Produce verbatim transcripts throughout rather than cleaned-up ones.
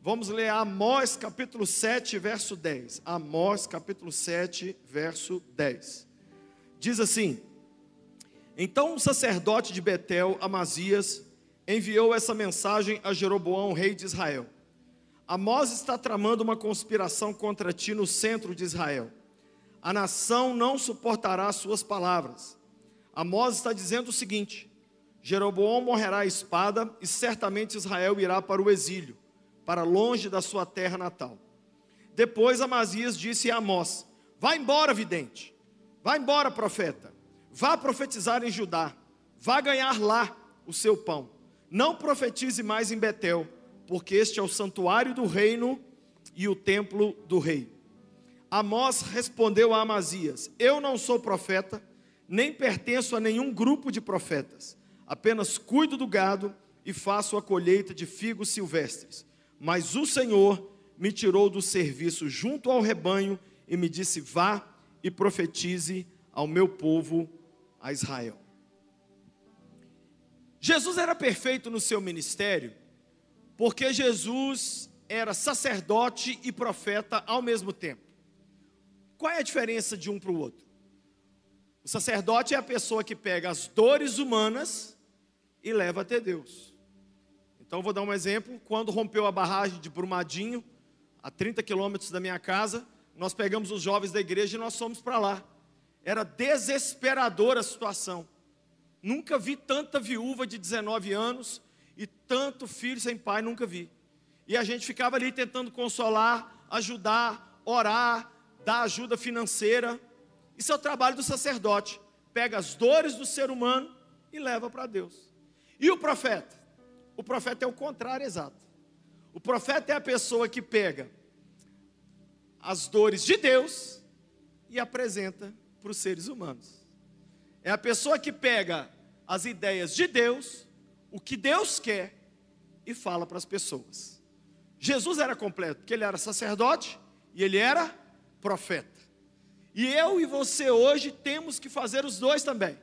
Vamos ler Amós capítulo sete, verso dez. Amós capítulo sete, verso dez. Diz assim: então o sacerdote de Betel, Amazias, enviou essa mensagem a Jeroboão, rei de Israel: Amós está tramando uma conspiração contra ti no centro de Israel. A nação não suportará suas palavras. Amós está dizendo o seguinte: Jeroboão morrerá à espada e certamente Israel irá para o exílio, para longe da sua terra natal. Depois Amazias disse a Amós: vá embora, vidente, vá embora, profeta, vá profetizar em Judá, vá ganhar lá o seu pão. Não profetize mais em Betel, porque este é o santuário do reino e o templo do rei. Amós respondeu a Amazias: eu não sou profeta, nem pertenço a nenhum grupo de profetas, apenas cuido do gado e faço a colheita de figos silvestres. Mas o Senhor me tirou do serviço junto ao rebanho e me disse: vá e profetize ao meu povo, a Israel. Jesus era perfeito no seu ministério, porque Jesus era sacerdote e profeta ao mesmo tempo. Qual é a diferença de um para o outro? O sacerdote é a pessoa que pega as dores humanas e leva até Deus. Então eu vou dar um exemplo. Quando rompeu a barragem de Brumadinho, a trinta quilômetros da minha casa, nós pegamos os jovens da igreja e nós fomos para lá. Era desesperadora a situação. Nunca vi tanta viúva de dezenove anos e tanto filho sem pai, nunca vi. E a gente ficava ali tentando consolar, ajudar, orar, dar ajuda financeira. Isso é o trabalho do sacerdote. Pega as dores do ser humano e leva para Deus. E o profeta? O profeta é o contrário exato. O profeta é a pessoa que pega as dores de Deus e apresenta para os seres humanos. É a pessoa que pega as ideias de Deus, o que Deus quer, e fala para as pessoas. Jesus era completo, porque ele era sacerdote e ele era profeta. E eu e você hoje temos que fazer os dois também.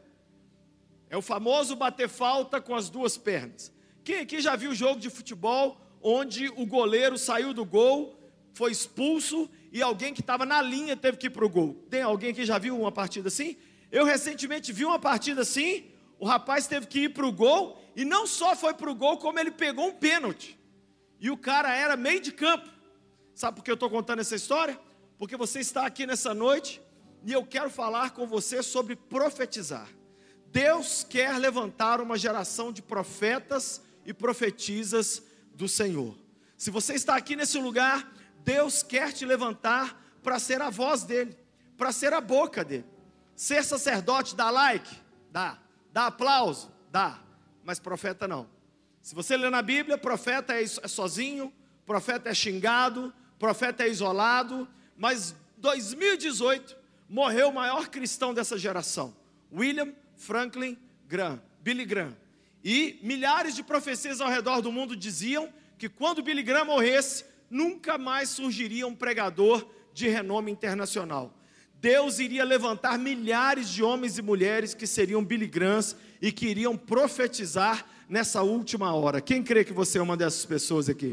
É o famoso bater falta com as duas pernas. Quem aqui já viu jogo de futebol onde o goleiro saiu do gol, foi expulso e alguém que estava na linha teve que ir para o gol? Tem alguém que já viu uma partida assim? Eu recentemente vi uma partida assim. O rapaz teve que ir para o gol e não só foi para o gol, como ele pegou um pênalti. E o cara era meio de campo. Sabe por que eu estou contando essa história? Porque você está aqui nessa noite e eu quero falar com você sobre profetizar. Deus quer levantar uma geração de profetas e profetisas do Senhor. Se você está aqui nesse lugar, Deus quer te levantar para ser a voz dele, para ser a boca dele. Ser sacerdote dá like? Dá. Dá aplauso? Dá. Mas profeta não. Se você ler na Bíblia, profeta é sozinho, profeta é xingado, profeta é isolado. Mas em dois mil e dezoito morreu o maior cristão dessa geração, William Franklin Graham, Billy Graham. E milhares de profecias ao redor do mundo diziam que quando Billy Graham morresse, nunca mais surgiria um pregador de renome internacional. Deus iria levantar milhares de homens e mulheres que seriam Billy Grahams e que iriam profetizar nessa última hora. Quem crê que você é uma dessas pessoas aqui?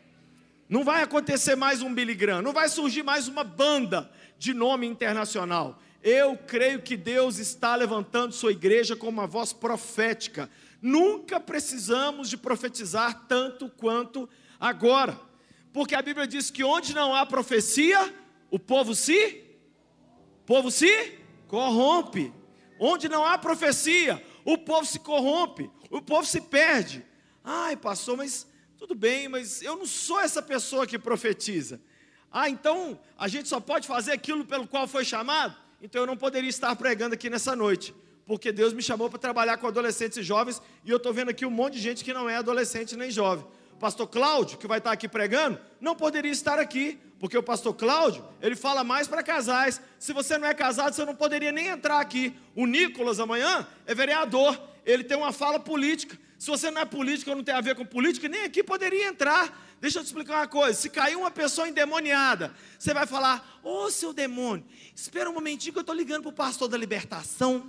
Não vai acontecer mais um Billy Graham, não vai surgir mais uma banda de nome internacional. Eu creio que Deus está levantando sua igreja com uma voz profética. Nunca precisamos de profetizar tanto quanto agora, porque a Bíblia diz que onde não há profecia, o povo se, o povo se corrompe. Onde não há profecia, o povo se corrompe, o povo se perde. Ai, pastor, mas tudo bem, mas eu não sou essa pessoa que profetiza. Ah, então a gente só pode fazer aquilo pelo qual foi chamado? Então eu não poderia estar pregando aqui nessa noite, porque Deus me chamou para trabalhar com adolescentes e jovens, e eu estou vendo aqui um monte de gente que não é adolescente nem jovem. O pastor Cláudio, que vai estar aqui pregando, não poderia estar aqui, porque o pastor Cláudio, ele fala mais para casais. Se você não é casado, você não poderia nem entrar aqui. O Nicolas, amanhã, é vereador, ele tem uma fala política. Se você não é político ou não tem a ver com política, nem aqui poderia entrar. Deixa eu te explicar uma coisa, se cair uma pessoa endemoniada, você vai falar: ô oh, seu demônio, espera um momentinho que eu estou ligando para o pastor da libertação.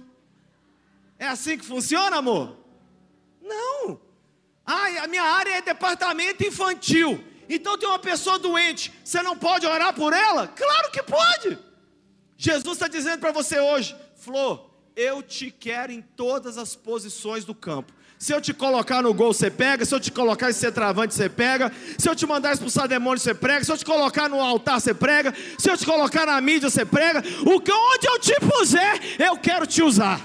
É assim que funciona, amor? Não. Ah, a minha área é departamento infantil. Então tem uma pessoa doente, você não pode orar por ela? Claro que pode. Jesus está dizendo para você hoje: Flor, eu te quero em todas as posições do campo. Se eu te colocar no gol, você pega. Se eu te colocar em centroavante, você pega. Se eu te mandar expulsar demônio, você prega. Se eu te colocar no altar, você prega. Se eu te colocar na mídia, você prega. O que, onde eu te puser, eu quero te usar.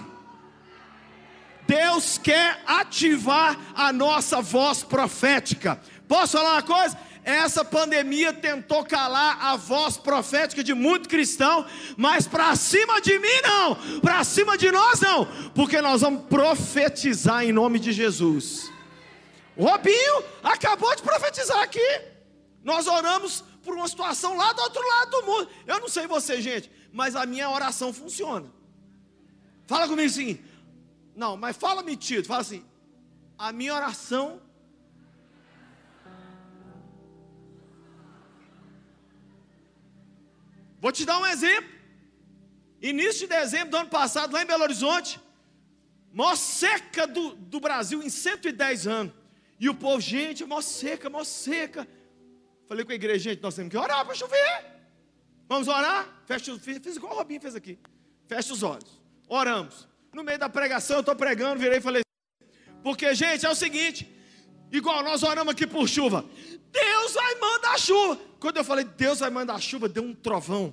Deus quer ativar a nossa voz profética. Posso falar uma coisa? Essa pandemia tentou calar a voz profética de muito cristão, mas para cima de mim não, para cima de nós não, porque nós vamos profetizar em nome de Jesus. O Robinho acabou de profetizar aqui. Nós oramos por uma situação lá do outro lado do mundo. Eu não sei você, gente, mas a minha oração funciona. Fala comigo assim. Não, mas fala metido, fala assim: a minha oração. Vou te dar um exemplo. Início de dezembro do ano passado, lá em Belo Horizonte, maior seca do, do Brasil em cento e dez anos. E o povo, gente, maior seca, maior seca. Falei com a igreja: gente, nós temos que orar para chover. Vamos orar? Fecha, fiz, fiz igual o Robinho fez aqui. Fecha os olhos. Oramos. No meio da pregação, eu estou pregando, virei e falei: porque, gente, é o seguinte, igual nós oramos aqui por chuva, Deus vai mandar chuva. Quando eu falei Deus vai mandar chuva, deu um trovão.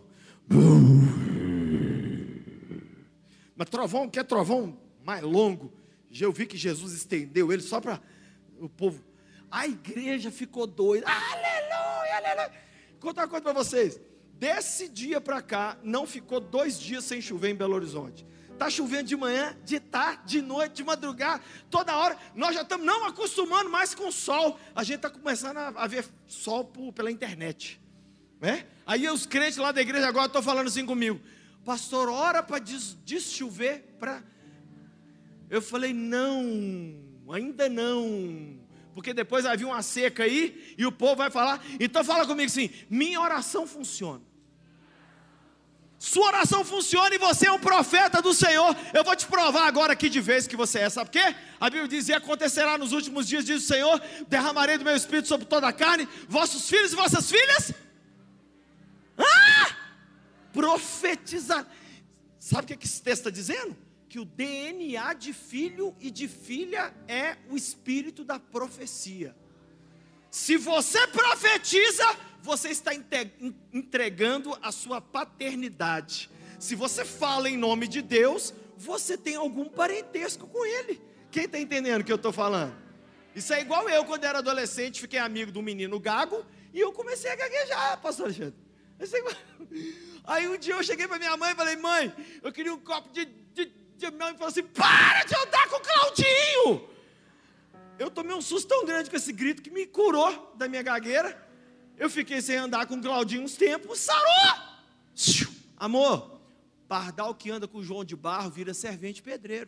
Mas trovão, que é trovão mais longo. Eu vi que Jesus estendeu ele só para o povo. A igreja ficou doida. Aleluia, aleluia. Vou contar uma coisa para vocês. Desse dia para cá, não ficou dois dias sem chover em Belo Horizonte. Está chovendo de manhã, de tarde, de noite, de madrugada, toda hora. Nós já estamos não acostumando mais com o sol. A gente está começando a, a ver sol por, pela internet, né? Aí os crentes lá da igreja agora estão falando assim comigo: pastor, ora para des, deschover para... Eu falei: não, ainda não, porque depois vai vir uma seca aí e o povo vai falar. Então fala comigo assim: minha oração funciona. Sua oração funciona e você é um profeta do Senhor. Eu vou te provar agora aqui de vez que você é. Sabe por quê? A Bíblia diz: e acontecerá nos últimos dias, diz o Senhor, derramarei do meu espírito sobre toda a carne, vossos filhos e vossas filhas ah! profetizar. Sabe o que esse texto está dizendo? Que o D N A de filho e de filha é o espírito da profecia. Se você profetiza, você está entregando a sua paternidade. Se você fala em nome de Deus, você tem algum parentesco com Ele. Quem está entendendo o que eu estou falando? Isso é igual eu, quando era adolescente, fiquei amigo do menino gago, e eu comecei a gaguejar, pastor Alexandre. Aí um dia eu cheguei para minha mãe e falei: mãe, eu queria um copo de... de, de... Minha mãe falou assim: para de andar com o Claudinho. Eu tomei um susto tão grande com esse grito que me curou da minha gagueira. Eu fiquei sem andar com o Claudinho uns tempos, sarou! Amor, pardal que anda com o João de Barro vira servente pedreiro.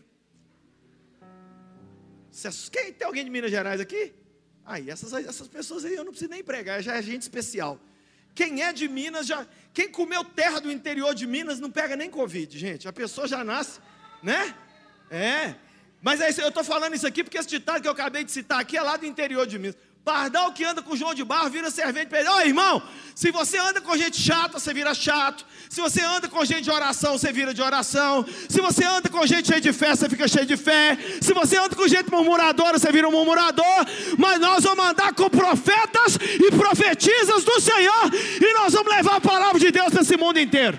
Quem, tem alguém de Minas Gerais aqui? Aí, essas, essas pessoas aí eu não preciso nem pregar, já é gente especial. Quem é de Minas, já, quem comeu terra do interior de Minas não pega nem Covid, gente. A pessoa já nasce, né? É. Mas é isso, eu estou falando isso aqui porque esse ditado que eu acabei de citar aqui é lá do interior de Minas. Pardal que anda com João de Barro vira servente pedreiro. Ô irmão, se você anda com gente chata, você vira chato. Se você anda com gente de oração, você vira de oração. Se você anda com gente cheia de fé, você fica cheio de fé. Se você anda com gente murmuradora, você vira um murmurador. Mas nós vamos andar com profetas e profetizas do Senhor, e nós vamos levar a palavra de Deus para esse mundo inteiro.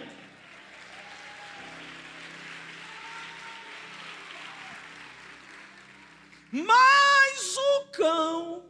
Mas o cão,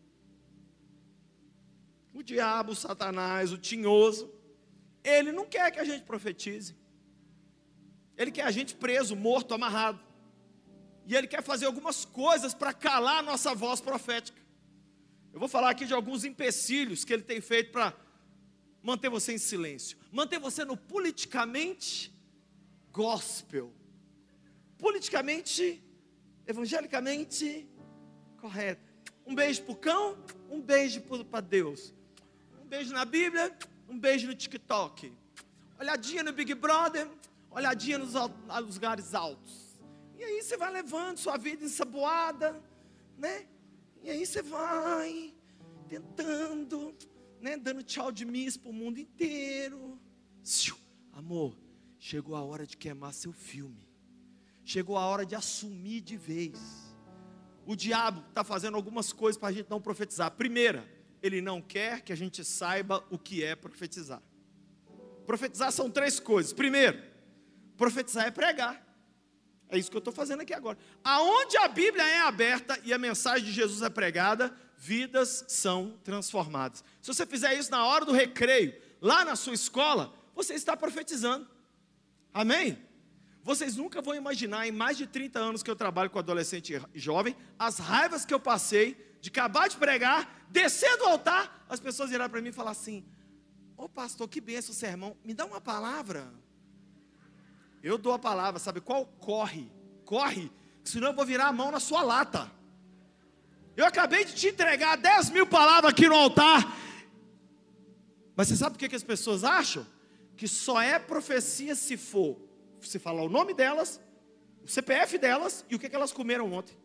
o diabo, o Satanás, o tinhoso, ele não quer que a gente profetize. Ele quer a gente preso, morto, amarrado. E ele quer fazer algumas coisas para calar a nossa voz profética. Eu vou falar aqui de alguns empecilhos que ele tem feito para manter você em silêncio. Manter você no politicamente gospel. Politicamente, evangelicamente correto. Um beijo para o cão, um beijo para Deus. Um beijo na Bíblia, um beijo no TikTok. Olhadinha no Big Brother, olhadinha nos, nos lugares altos. E aí você vai levando sua vida ensaboada, né? E aí você vai. tentando, né, dando tchau de miss para o mundo inteiro. Amor, chegou a hora de queimar seu filme. Chegou a hora de assumir de vez. O diabo está fazendo algumas coisas para a gente não profetizar. Primeira, ele não quer que a gente saiba o que é profetizar. Profetizar são três coisas. Primeiro, profetizar é pregar. É isso que eu estou fazendo aqui agora. Aonde a Bíblia é aberta e a mensagem de Jesus é pregada, vidas são transformadas. Se você fizer isso na hora do recreio, lá na sua escola, você está profetizando. Amém? Vocês nunca vão imaginar, em mais de trinta anos que eu trabalho com adolescente e jovem, as raivas que eu passei de acabar de pregar, descer do altar, as pessoas irão para mim e falar assim: ô pastor, que benção o sermão, me dá uma palavra. Eu dou a palavra, sabe qual? Corre, corre, senão eu vou virar a mão na sua lata. Eu acabei de te entregar dez mil palavras aqui no altar. Mas você sabe o que, que as pessoas acham? Que só é profecia se for, se falar o nome delas, o C P F delas e o que, que elas comeram ontem.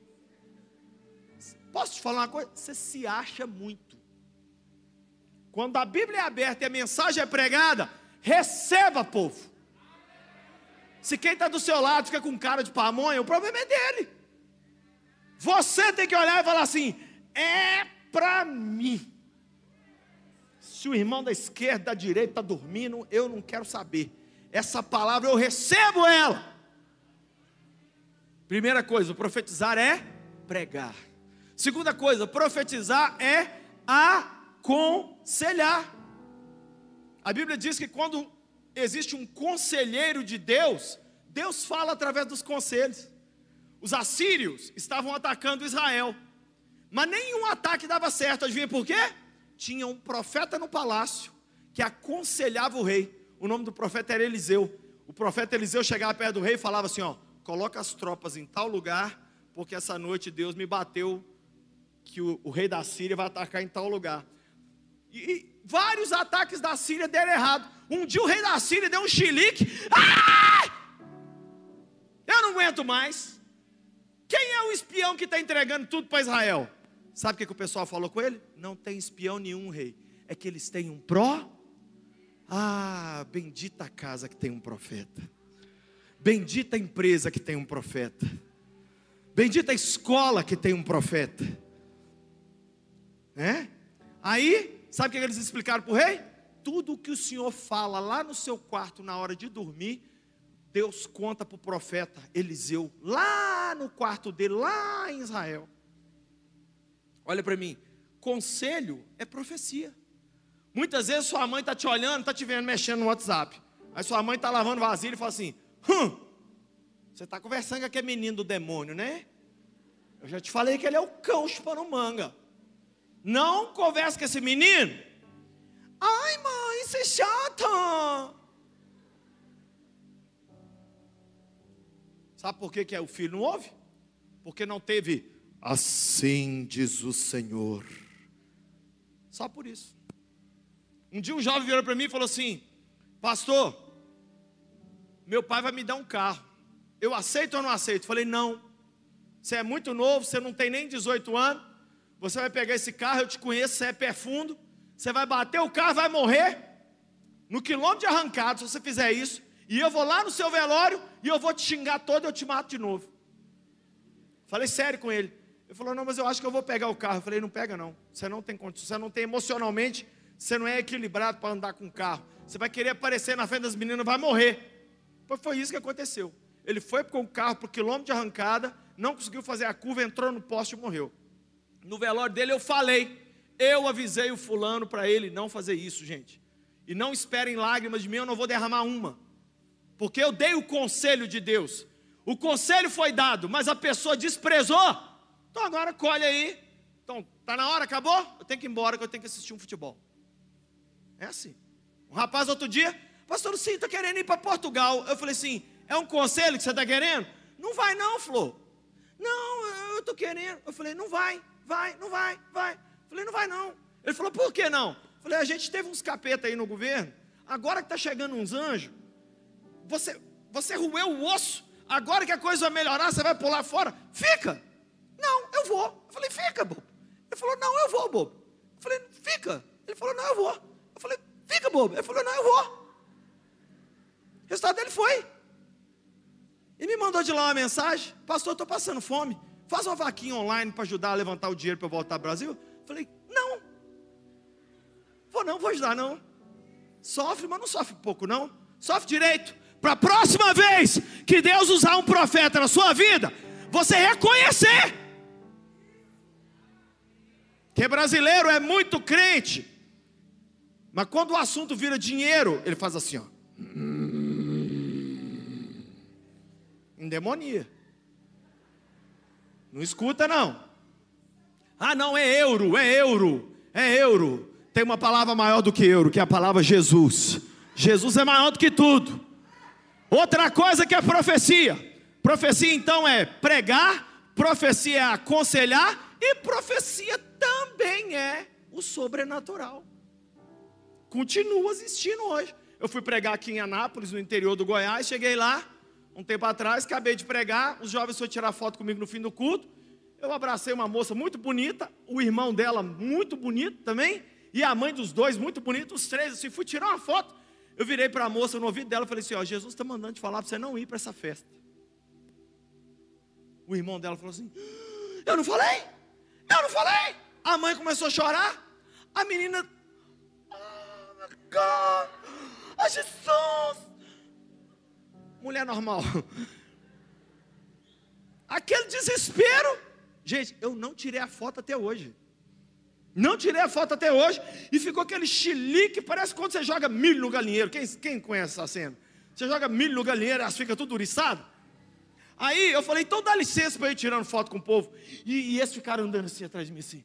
Posso te falar uma coisa? Você se acha muito. Quando a Bíblia é aberta e a mensagem é pregada, receba, povo. Se quem está do seu lado fica com cara de pamonha, o problema é dele. Você tem que olhar e falar assim: é para mim. Se o irmão da esquerda, da direita está dormindo, eu não quero saber. Essa palavra eu recebo ela. Primeira coisa, profetizar é pregar. Segunda coisa, profetizar é aconselhar. A Bíblia diz que quando existe um conselheiro de Deus, Deus fala através dos conselhos. Os assírios estavam atacando Israel, mas nenhum ataque dava certo. Adivinha por quê? Tinha um profeta no palácio que aconselhava o rei. O nome do profeta era Eliseu. O profeta Eliseu chegava perto do rei e falava assim: ó, coloca as tropas em tal lugar, porque essa noite Deus me bateu que o, o rei da Síria vai atacar em tal lugar. E, e vários ataques da Síria deram errado. Um dia o rei da Síria deu um chilique. Ah! Eu não aguento mais. Quem é o espião que está entregando tudo para Israel? Sabe o que, que o pessoal falou com ele? Não tem espião nenhum, rei. É que eles têm um pró. Ah, bendita a casa que tem um profeta. Bendita a empresa que tem um profeta. Bendita a escola que tem um profeta. É? Aí, sabe o que eles explicaram para o rei? Tudo o que o Senhor fala lá no seu quarto na hora de dormir, Deus conta para o profeta Eliseu, lá no quarto dele, lá em Israel. Olha para mim, conselho é profecia. Muitas vezes sua mãe está te olhando, está te vendo mexendo no WhatsApp. Aí sua mãe está lavando vasilha e fala assim: hum, você está conversando com aquele menino do demônio, né? Eu já te falei que ele é o cão chupando manga. Não conversa com esse menino. Ai, mãe, você é chata. Sabe por que, que o filho não ouve? Porque não teve assim diz o Senhor. Só por isso. Um dia um jovem virou para mim e falou assim: pastor, meu pai vai me dar um carro, eu aceito ou não aceito? Falei: não, você é muito novo, você não tem nem dezoito anos, você vai pegar esse carro, eu te conheço, você é pé fundo, você vai bater o carro, vai morrer no quilômetro de arrancado se você fizer isso, e eu vou lá no seu velório e eu vou te xingar todo e eu te mato de novo. Falei sério com ele. Ele falou: não, mas eu acho que eu vou pegar o carro. Eu falei: não pega não, você não tem condição, você não tem emocionalmente, você não é equilibrado para andar com o carro, você vai querer aparecer na frente das meninas, vai morrer. Pois foi isso que aconteceu. Ele foi com o carro para o quilômetro de arrancada, não conseguiu fazer a curva, entrou no poste e morreu. No velório dele eu falei, eu avisei o fulano para ele não fazer isso, gente. E não esperem lágrimas de mim, eu não vou derramar uma, porque eu dei o conselho de Deus. O conselho foi dado, mas a pessoa desprezou. Então agora colhe aí. Então, está na hora, acabou? Eu tenho que ir embora, que eu tenho que assistir um futebol. É assim. Um rapaz outro dia: pastor, sim, estou querendo ir para Portugal. Eu falei assim: é um conselho que você está querendo? Não vai não, Flor. Não, eu estou querendo. Eu falei: não vai, vai, não vai, vai. Eu falei: não vai não. Ele falou: por que não? Eu falei: a gente teve uns capeta aí no governo, agora que está chegando uns anjos, você, você roeu o osso, agora que a coisa vai melhorar, você vai pular fora? Fica. Não, eu vou. Eu falei: fica, bobo. Ele falou: não, eu vou, bobo. Eu falei, fica. Ele falou, não, eu vou. Eu falei, fica, bobo. Ele falou, não, eu vou. O resultado dele foi. E me mandou de lá uma mensagem, pastor, eu estou passando fome. Faz uma vaquinha online para ajudar a levantar o dinheiro para eu voltar ao Brasil. Eu falei, não. Vou não, vou ajudar não. Sofre, mas não sofre pouco não. Sofre direito. Para a próxima vez que Deus usar um profeta na sua vida, você reconhecer. Que brasileiro é muito crente. Mas quando o assunto vira dinheiro, ele faz assim, ó. Endemonia. Não escuta não. Ah não, é euro, é euro, é euro. Tem uma palavra maior do que euro, que é a palavra Jesus. Jesus é maior do que tudo. Outra coisa que é profecia. Profecia então é pregar, profecia é aconselhar, e profecia também é o sobrenatural. Continua existindo hoje. Eu fui pregar aqui em Anápolis, no interior do Goiás, cheguei lá um tempo atrás, acabei de pregar, os jovens foram tirar foto comigo no fim do culto. Eu abracei uma moça muito bonita, o irmão dela muito bonito também, e a mãe dos dois muito bonita, os três assim, fui tirar uma foto. Eu virei para a moça no ouvido dela e falei assim, ó, Jesus está mandando te falar para você não ir para essa festa. O irmão dela falou assim, eu não falei, eu não falei. A mãe começou a chorar, a menina, oh my God, oh Jesus. Mulher normal. Aquele desespero. Gente, eu não tirei a foto até hoje. Não tirei a foto até hoje. E ficou aquele chilique. Parece quando você joga milho no galinheiro. Quem, quem conhece essa cena? Você joga milho no galinheiro, elas ficam tudo uriçado. Aí eu falei, então dá licença para eu ir tirando foto com o povo. E, e eles ficaram andando assim atrás de mim assim.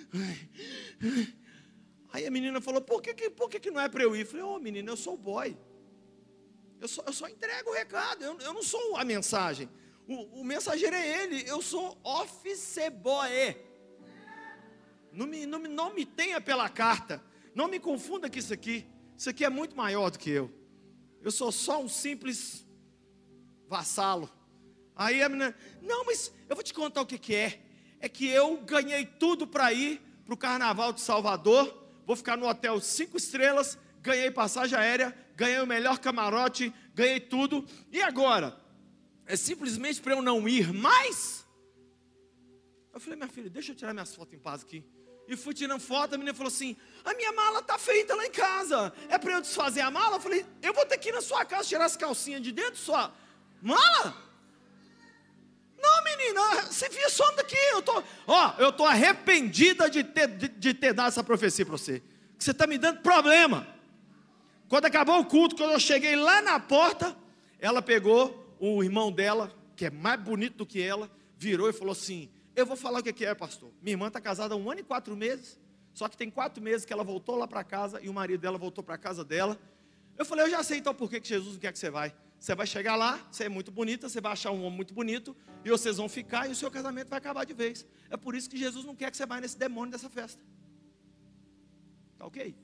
Aí a menina falou, por que, que, por que, que não é para eu ir? Eu falei, ô oh, menina, eu sou o boy. Eu só, eu só entrego o recado, eu, eu não sou a mensagem. O, o mensageiro é ele, eu sou office boy. Não me, não, me, não me tenha pela carta, não me confunda com isso aqui. Isso aqui é muito maior do que eu. Eu sou só um simples vassalo. Aí a menina, não, mas eu vou te contar o que, que é. É que eu ganhei tudo para ir para o Carnaval de Salvador. Vou ficar no hotel cinco estrelas. Ganhei passagem aérea, ganhei o melhor camarote, ganhei tudo. E agora? É simplesmente para eu não ir mais? Eu falei, minha filha, deixa eu tirar minhas fotos em paz aqui. E fui tirando foto, a menina falou assim, a minha mala está feita lá em casa. É para eu desfazer a mala? Eu falei, eu vou ter que ir na sua casa tirar as calcinhas de dentro da sua mala? Não, menina, você via só daqui. Eu tô, ó, eu estou arrependida de ter, de, de ter dado essa profecia para você. Você está me dando problema. Quando acabou o culto, quando eu cheguei lá na porta, ela pegou o irmão dela, que é mais bonito do que ela, virou e falou assim, eu vou falar o que é, pastor. Minha irmã está casada há um ano e quatro meses, só que tem quatro meses que ela voltou lá para casa, e o marido dela voltou para a casa dela. Eu falei, eu já sei então por que Jesus não quer que você vai. Você vai chegar lá, você é muito bonita, você vai achar um homem muito bonito, e vocês vão ficar, e o seu casamento vai acabar de vez. É por isso que Jesus não quer que você vá nesse demônio dessa festa. Tá ok?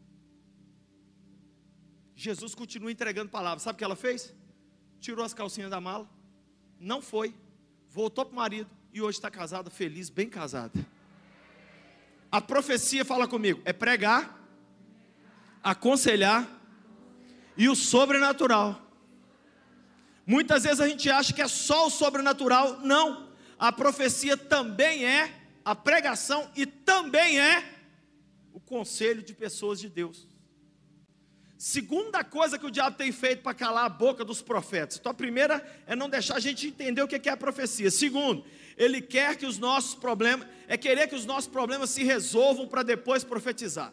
Jesus continua entregando palavras. Sabe o que ela fez? Tirou as calcinhas da mala, não foi, voltou para o marido e hoje está casada, feliz, bem casada. A profecia, fala comigo, é pregar, aconselhar e o sobrenatural. Muitas vezes a gente acha que é só o sobrenatural. Não, a profecia também é a pregação e também é o conselho de pessoas de Deus. Segunda coisa que o diabo tem feito para calar a boca dos profetas. Então a primeira é não deixar a gente entender o que é a profecia. Segundo, ele quer que os nossos problemas, é querer que os nossos problemas se resolvam para depois profetizar.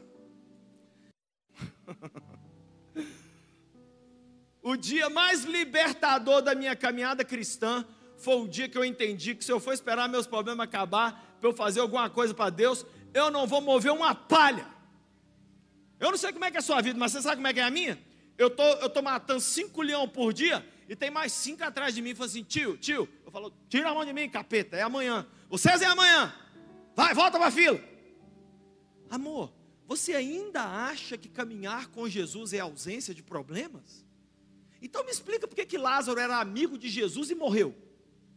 O dia mais libertador da minha caminhada cristã foi o dia que eu entendi que se eu for esperar meus problemas acabar para eu fazer alguma coisa para Deus, eu não vou mover uma palha. Eu não sei como é que é a sua vida, mas você sabe como é que é a minha? Eu tô, eu tô matando cinco leões por dia e tem mais cinco atrás de mim. Fala assim, tio, tio. Eu falo, tira a mão de mim, capeta, é amanhã. O César é amanhã. Vai, volta para a fila. Amor, você ainda acha que caminhar com Jesus é ausência de problemas? Então me explica por que que Lázaro era amigo de Jesus e morreu.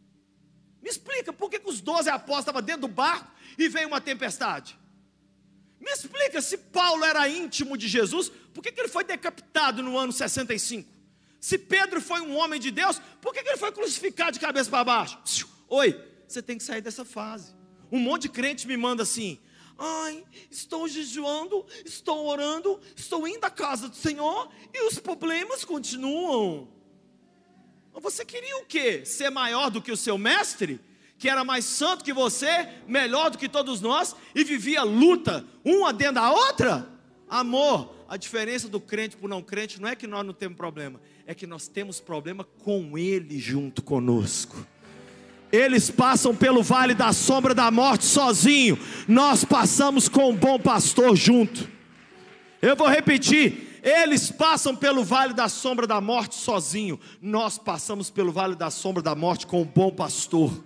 Me explica por que que os doze apóstolos estavam dentro do barco e veio uma tempestade. Me explica, se Paulo era íntimo de Jesus, por que, que ele foi decapitado no ano sessenta e cinco? Se Pedro foi um homem de Deus, por que, que ele foi crucificado de cabeça para baixo? Oi, você tem que sair dessa fase. Um monte de crente me manda assim: ai, estou jejuando, estou orando, estou indo à casa do Senhor e os problemas continuam. Você queria o quê? Ser maior do que o seu mestre? Que era mais santo que você, melhor do que todos nós, e vivia luta, uma dentro da outra? Amor, a diferença do crente para o não crente não é que nós não temos problema, é que nós temos problema com ele junto conosco. Eles passam pelo vale da sombra da morte sozinho, nós passamos com o bom pastor junto. Eu vou repetir: eles passam pelo vale da sombra da morte sozinho, nós passamos pelo vale da sombra da morte com o bom pastor.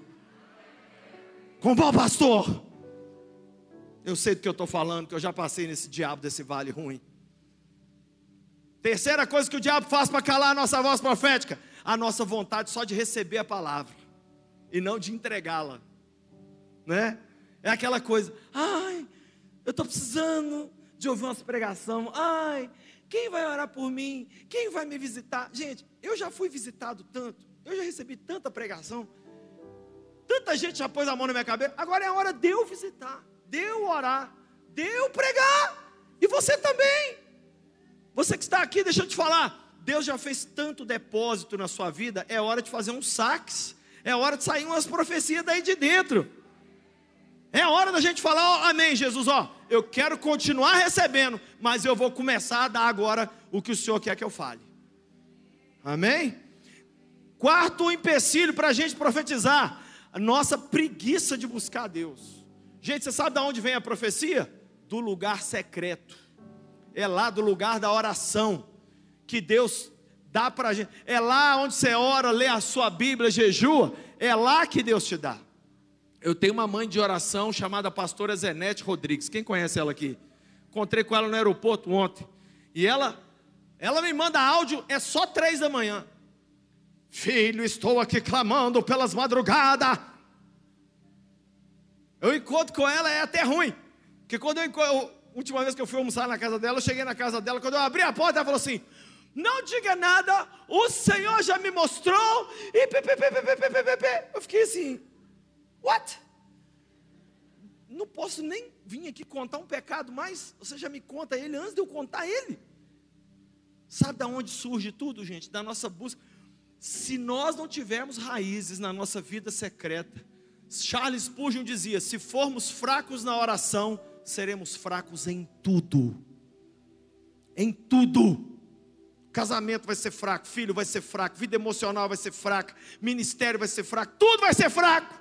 Com o bom pastor. Eu sei do que eu estou falando, que eu já passei nesse diabo desse vale ruim. Terceira coisa que o diabo faz para calar a nossa voz profética: a nossa vontade só de receber a palavra e não de entregá-la, né? É aquela coisa: ai, eu estou precisando de ouvir umas pregação. Ai, quem vai orar por mim? Quem vai me visitar? Gente, eu já fui visitado tanto, eu já recebi tanta pregação, tanta gente já pôs a mão na minha cabeça. Agora é a hora de eu visitar, de eu orar, de eu pregar. E você também. Você que está aqui, deixa eu te falar, Deus já fez tanto depósito na sua vida. É hora de fazer uns saques, é hora de sair umas profecias daí de dentro. É hora da gente falar: ó, amém, Jesus, ó, eu quero continuar recebendo, mas eu vou começar a dar agora o que o Senhor quer que eu fale. Amém? Quarto empecilho para a gente profetizar: a nossa preguiça de buscar Deus. Gente, você sabe de onde vem a profecia? Do lugar secreto. É lá do lugar da oração que Deus dá para a gente. É lá onde você ora, lê a sua Bíblia, jejua. É lá que Deus te dá. Eu tenho uma mãe de oração chamada pastora Zenete Rodrigues. Quem conhece ela aqui? Encontrei com ela no aeroporto ontem. E ela, ela me manda áudio, é só três da manhã. Filho, estou aqui clamando pelas madrugadas. Eu encontro com ela, é até ruim. Porque quando eu encontro... última vez que eu fui almoçar na casa dela, eu cheguei na casa dela, quando eu abri a porta, ela falou assim: não diga nada, o Senhor já me mostrou, e pe, pe, pe, pe, pe, pe, pe, pe. Eu fiquei assim: what? Não posso nem vir aqui contar um pecado, mas você já me conta ele antes de eu contar ele. Sabe de onde surge tudo, gente? Da nossa busca. Se nós não tivermos raízes na nossa vida secreta, Charles Spurgeon dizia: se formos fracos na oração, seremos fracos em tudo. Em tudo. Casamento vai ser fraco, filho vai ser fraco, vida emocional vai ser fraca, ministério vai ser fraco, tudo vai ser fraco.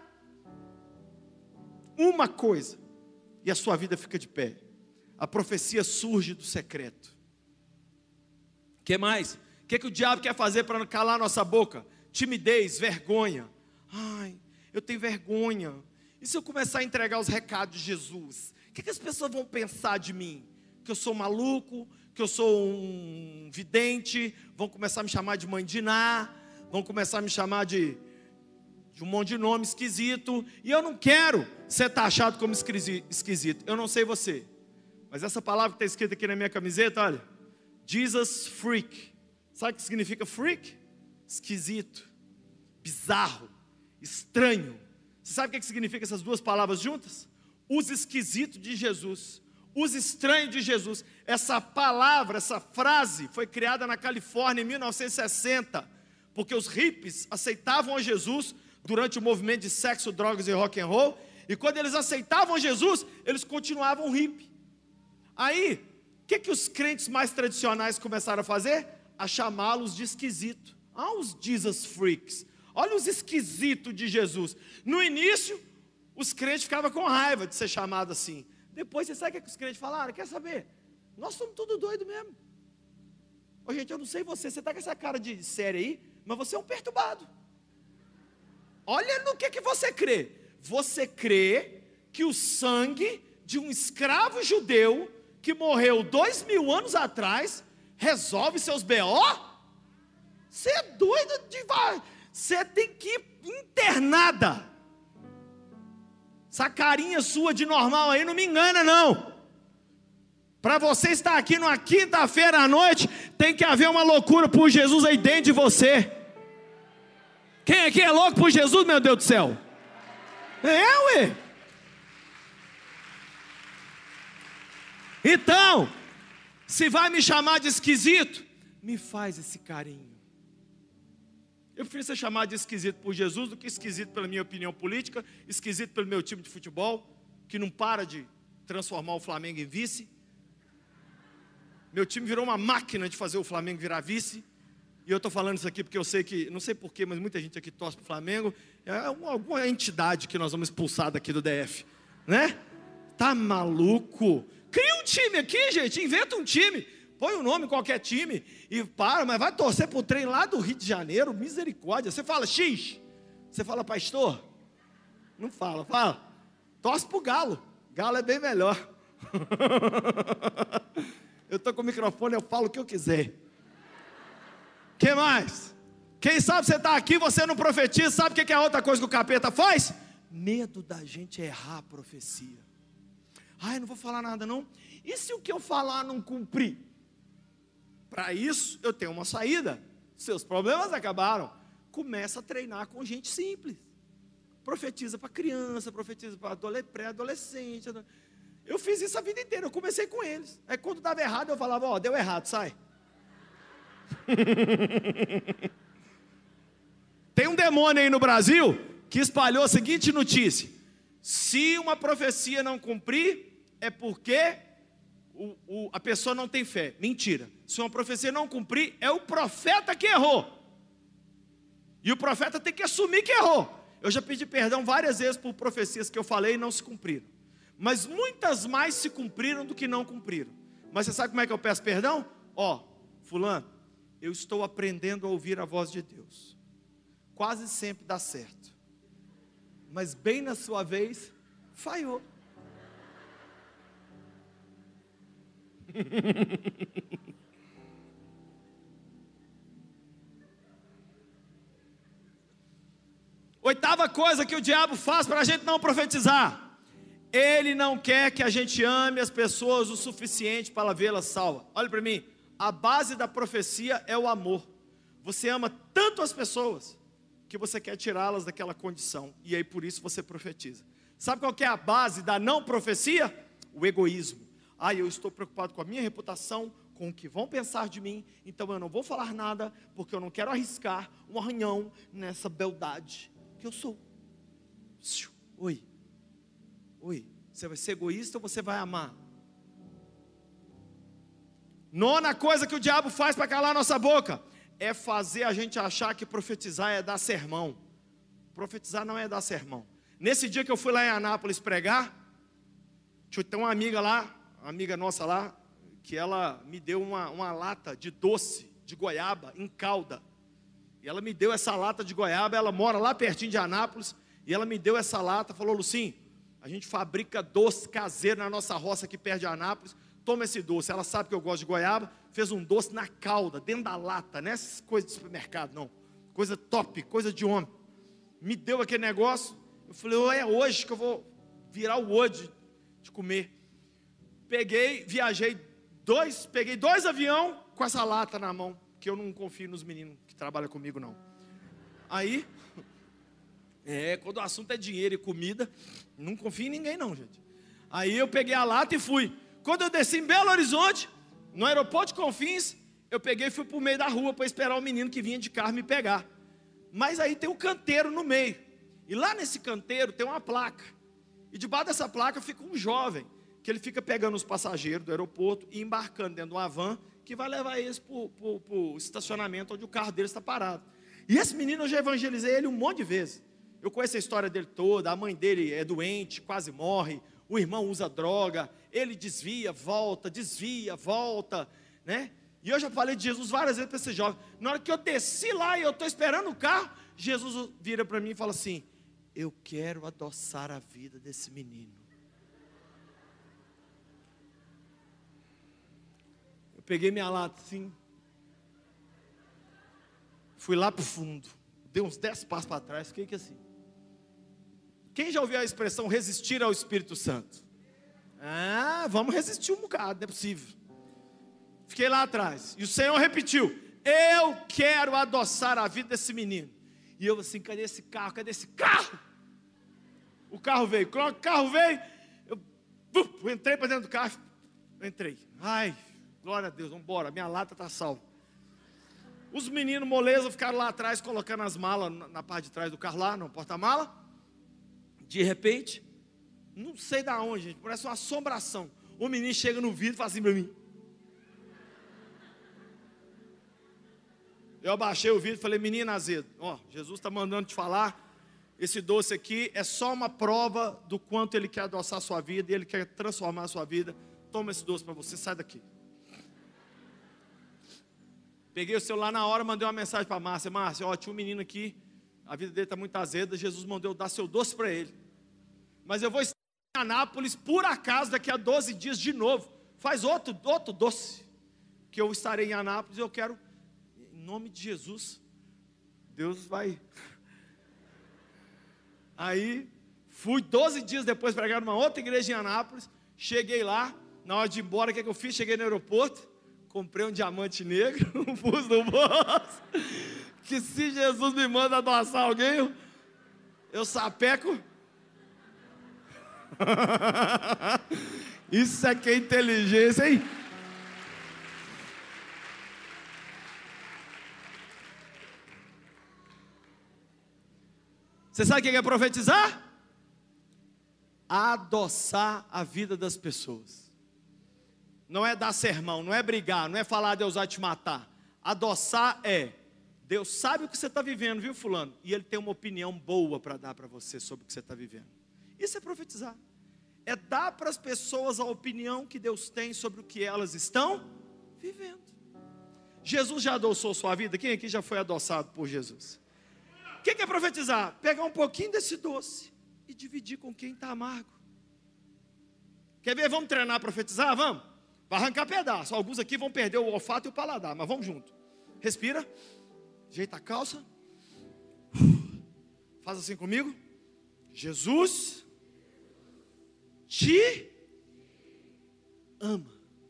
Uma coisa, e a sua vida fica de pé: a profecia surge do secreto. O que mais? O que, que o diabo quer fazer para calar nossa boca? Timidez, vergonha. Ai, eu tenho vergonha. E se eu começar a entregar os recados de Jesus? O que, que as pessoas vão pensar de mim? Que eu sou maluco? Que eu sou um vidente? Vão começar a me chamar de mãe de Ná? Vão começar a me chamar de, de um monte de nome esquisito? E eu não quero ser taxado como esquisito. Eu não sei você, mas essa palavra que está escrita aqui na minha camiseta, olha: Jesus Freak. Sabe o que significa freak? Esquisito, bizarro, estranho. Você sabe o que significa essas duas palavras juntas? Os esquisitos de Jesus, os estranhos de Jesus. Essa palavra, essa frase foi criada na Califórnia em mil novecentos e sessenta, porque os hippies aceitavam a Jesus durante o movimento de sexo, drogas e rock and roll, e quando eles aceitavam Jesus, eles continuavam hippie. Aí, o que, que os crentes mais tradicionais começaram a fazer? A chamá-los de esquisito. Ah, os Jesus Freaks. Olha os esquisitos de Jesus. No início, os crentes ficavam com raiva de ser chamado assim. Depois, você sabe o que os crentes falaram? Quer saber? Nós somos tudo doido mesmo. Ô, gente, eu não sei você, você está com essa cara de sério aí, mas você é um perturbado. Olha no que, que você crê. Você crê que o sangue de um escravo judeu que morreu dois mil anos atrás resolve seus B O? Você é doido de... Você tem que ir internada. Essa carinha sua de normal aí não me engana não. Para você estar aqui numa quinta-feira à noite, tem que haver uma loucura por Jesus aí dentro de você. Quem aqui é louco por Jesus, meu Deus do céu? É, ué. Então, se vai me chamar de esquisito, me faz esse carinho. Eu prefiro ser chamado de esquisito por Jesus do que esquisito pela minha opinião política, esquisito pelo meu time de futebol, que não para de transformar o Flamengo em vice. Meu time virou uma máquina de fazer o Flamengo virar vice. E eu estou falando isso aqui porque eu sei que, não sei porquê, mas muita gente aqui torce para o Flamengo. É alguma entidade que nós vamos expulsar daqui do D F, né? Tá maluco? Cria um time aqui, gente, inventa um time. Põe um nome em qualquer time e para, mas vai torcer para o trem lá do Rio de Janeiro, misericórdia. Você fala X, você fala pastor? Não fala, fala. Torce para o Galo, Galo é bem melhor. Eu estou com o microfone, eu falo o que eu quiser. Que mais? Quem sabe você está aqui, você não profetiza, sabe o que é a outra coisa que o capeta faz? Medo da gente errar a profecia. Ai, não vou falar nada não. E se o que eu falar não cumprir? Para isso, eu tenho uma saída. Seus problemas acabaram. Começa a treinar com gente simples. Profetiza para criança, profetiza para pré-adolescente. Eu fiz isso a vida inteira, eu comecei com eles. Aí quando dava errado, eu falava, ó, oh, deu errado, sai. Tem um demônio aí no Brasil que espalhou a seguinte notícia: se uma profecia não cumprir, é porque o, o, a pessoa não tem fé. Mentira. Se uma profecia não cumprir, é o profeta que errou. E o profeta tem que assumir que errou. Eu já pedi perdão várias vezes por profecias que eu falei e não se cumpriram. Mas muitas mais se cumpriram do que não cumpriram. Mas você sabe como é que eu peço perdão? Ó, fulano, eu estou aprendendo a ouvir a voz de Deus. Quase sempre dá certo. Mas bem na sua vez, falhou. Oitava coisa que o diabo faz para a gente não profetizar. Ele não quer que a gente ame as pessoas o suficiente para vê-las salvas. Olha para mim, a base da profecia é o amor. Você ama tanto as pessoas que você quer tirá-las daquela condição. E aí por isso você profetiza. Sabe qual que é a base da não profecia? O egoísmo. Ah, eu estou preocupado com a minha reputação, com o que vão pensar de mim, então eu não vou falar nada, porque eu não quero arriscar um arranhão nessa beldade que eu sou. Oi. Oi, você vai ser egoísta ou você vai amar? Nona coisa que o diabo faz para calar nossa boca é fazer a gente achar que profetizar é dar sermão. Profetizar não é dar sermão. Nesse dia que eu fui lá em Anápolis pregar, tem uma amiga lá, uma amiga nossa lá, que ela me deu uma, uma lata de doce de goiaba em calda. E ela me deu essa lata de goiaba, ela mora lá pertinho de Anápolis, e ela me deu essa lata, falou, Lucim, a gente fabrica doce caseiro na nossa roça aqui perto de Anápolis. Toma esse doce. Ela sabe que eu gosto de goiaba. Fez um doce na calda, dentro da lata. Não é essas coisas de supermercado, não. Coisa top, coisa de homem. Me deu aquele negócio. Eu falei, oh, é hoje que eu vou virar o olho de, de comer. Peguei, viajei dois, peguei dois aviões com essa lata na mão. Que eu não confio nos meninos que trabalham comigo, não. Aí... É, quando o assunto é dinheiro e comida, não confio em ninguém não, gente. Aí eu peguei a lata e fui. Quando eu desci em Belo Horizonte, no aeroporto de Confins, eu peguei e fui para o meio da rua para esperar o menino que vinha de carro me pegar. Mas aí tem um canteiro no meio. E lá nesse canteiro tem uma placa. E debaixo dessa placa fica um jovem, que ele fica pegando os passageiros do aeroporto e embarcando dentro de uma van que vai levar eles para o estacionamento onde o carro deles está parado. E esse menino eu já evangelizei ele um monte de vezes. Eu conheço a história dele toda, a mãe dele é doente, quase morre, o irmão usa droga, ele desvia, volta, desvia, volta, né? E eu já falei de Jesus várias vezes para esse jovem. Na hora que eu desci lá e eu estou esperando o carro, Jesus vira para mim e fala assim, eu quero adoçar a vida desse menino. Eu peguei minha lata assim, fui lá para o fundo, dei uns dez passos para trás, fiquei aqui assim. Quem já ouviu a expressão resistir ao Espírito Santo? Ah, vamos resistir um bocado, não é possível. Fiquei lá atrás. E o Senhor repetiu: eu quero adoçar a vida desse menino. E eu assim, cadê esse carro? Cadê esse carro? O carro veio. Quando o carro veio, eu, eu entrei para dentro do carro. Eu entrei. Ai, glória a Deus, vamos embora. Minha lata está salva. Os meninos moleza ficaram lá atrás, colocando as malas na, na parte de trás do carro lá, no porta-mala. De repente, não sei da onde, gente, parece uma assombração. O menino chega no vidro e fala assim para mim. Eu abaixei o vidro e falei: menino azedo, ó, Jesus está mandando te falar, esse doce aqui é só uma prova do quanto Ele quer adoçar a sua vida, e Ele quer transformar a sua vida. Toma esse doce para você, sai daqui. Peguei o celular na hora, mandei uma mensagem para a Márcia: Márcia, ó, tinha um menino aqui, a vida dele está muito azeda, Jesus mandou eu dar seu doce para ele. Mas eu vou estar em Anápolis, por acaso, daqui a doze dias de novo. Faz outro, outro doce, que eu estarei em Anápolis, eu quero... Em nome de Jesus, Deus vai. Aí, fui doze dias depois pregar numa outra igreja em Anápolis. Cheguei lá, na hora de ir embora, o que, é que eu fiz? Cheguei no aeroporto, comprei um diamante negro, um pus no bolso. Que se Jesus me manda adoçar alguém, eu, eu sapeco. Isso é que é inteligência, hein? Você sabe o que é profetizar? Adoçar a vida das pessoas. Não é dar sermão, não é brigar, não é falar Deus vai te matar. Adoçar é: Deus sabe o que você está vivendo, viu, fulano? E Ele tem uma opinião boa para dar para você sobre o que você está vivendo. Isso é profetizar. É dar para as pessoas a opinião que Deus tem sobre o que elas estão vivendo. Jesus já adoçou sua vida? Quem aqui já foi adoçado por Jesus? O que é profetizar? Pegar um pouquinho desse doce e dividir com quem está amargo. Quer ver? Vamos treinar a profetizar? Vamos? Vai arrancar pedaço. Alguns aqui vão perder o olfato e o paladar, mas vamos junto. Respira. Ajeita a calça. Faz assim comigo. Jesus te ama.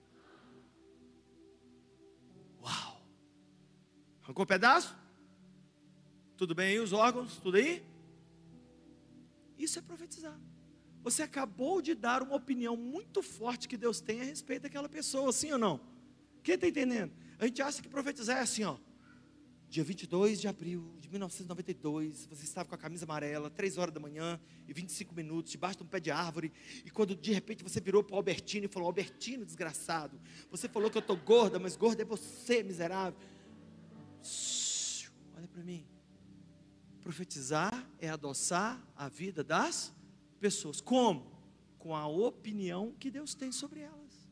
Uau. Arrancou pedaço? Tudo bem aí os órgãos? Tudo aí? Isso é profetizar. Você acabou de dar uma opinião muito forte que Deus tem a respeito daquela pessoa, sim ou não? Quem está entendendo? A gente acha que profetizar é assim, ó. Dia vinte e dois de abril de mil novecentos e noventa e dois, você estava com a camisa amarela, três horas da manhã e vinte e cinco minutos, debaixo de um pé de árvore, e quando de repente você virou para o Albertino e falou: Albertino, desgraçado, você falou que eu estou gorda, mas gorda é você, miserável. Olha para mim. Profetizar é adoçar a vida das pessoas. Como? Com a opinião que Deus tem sobre elas.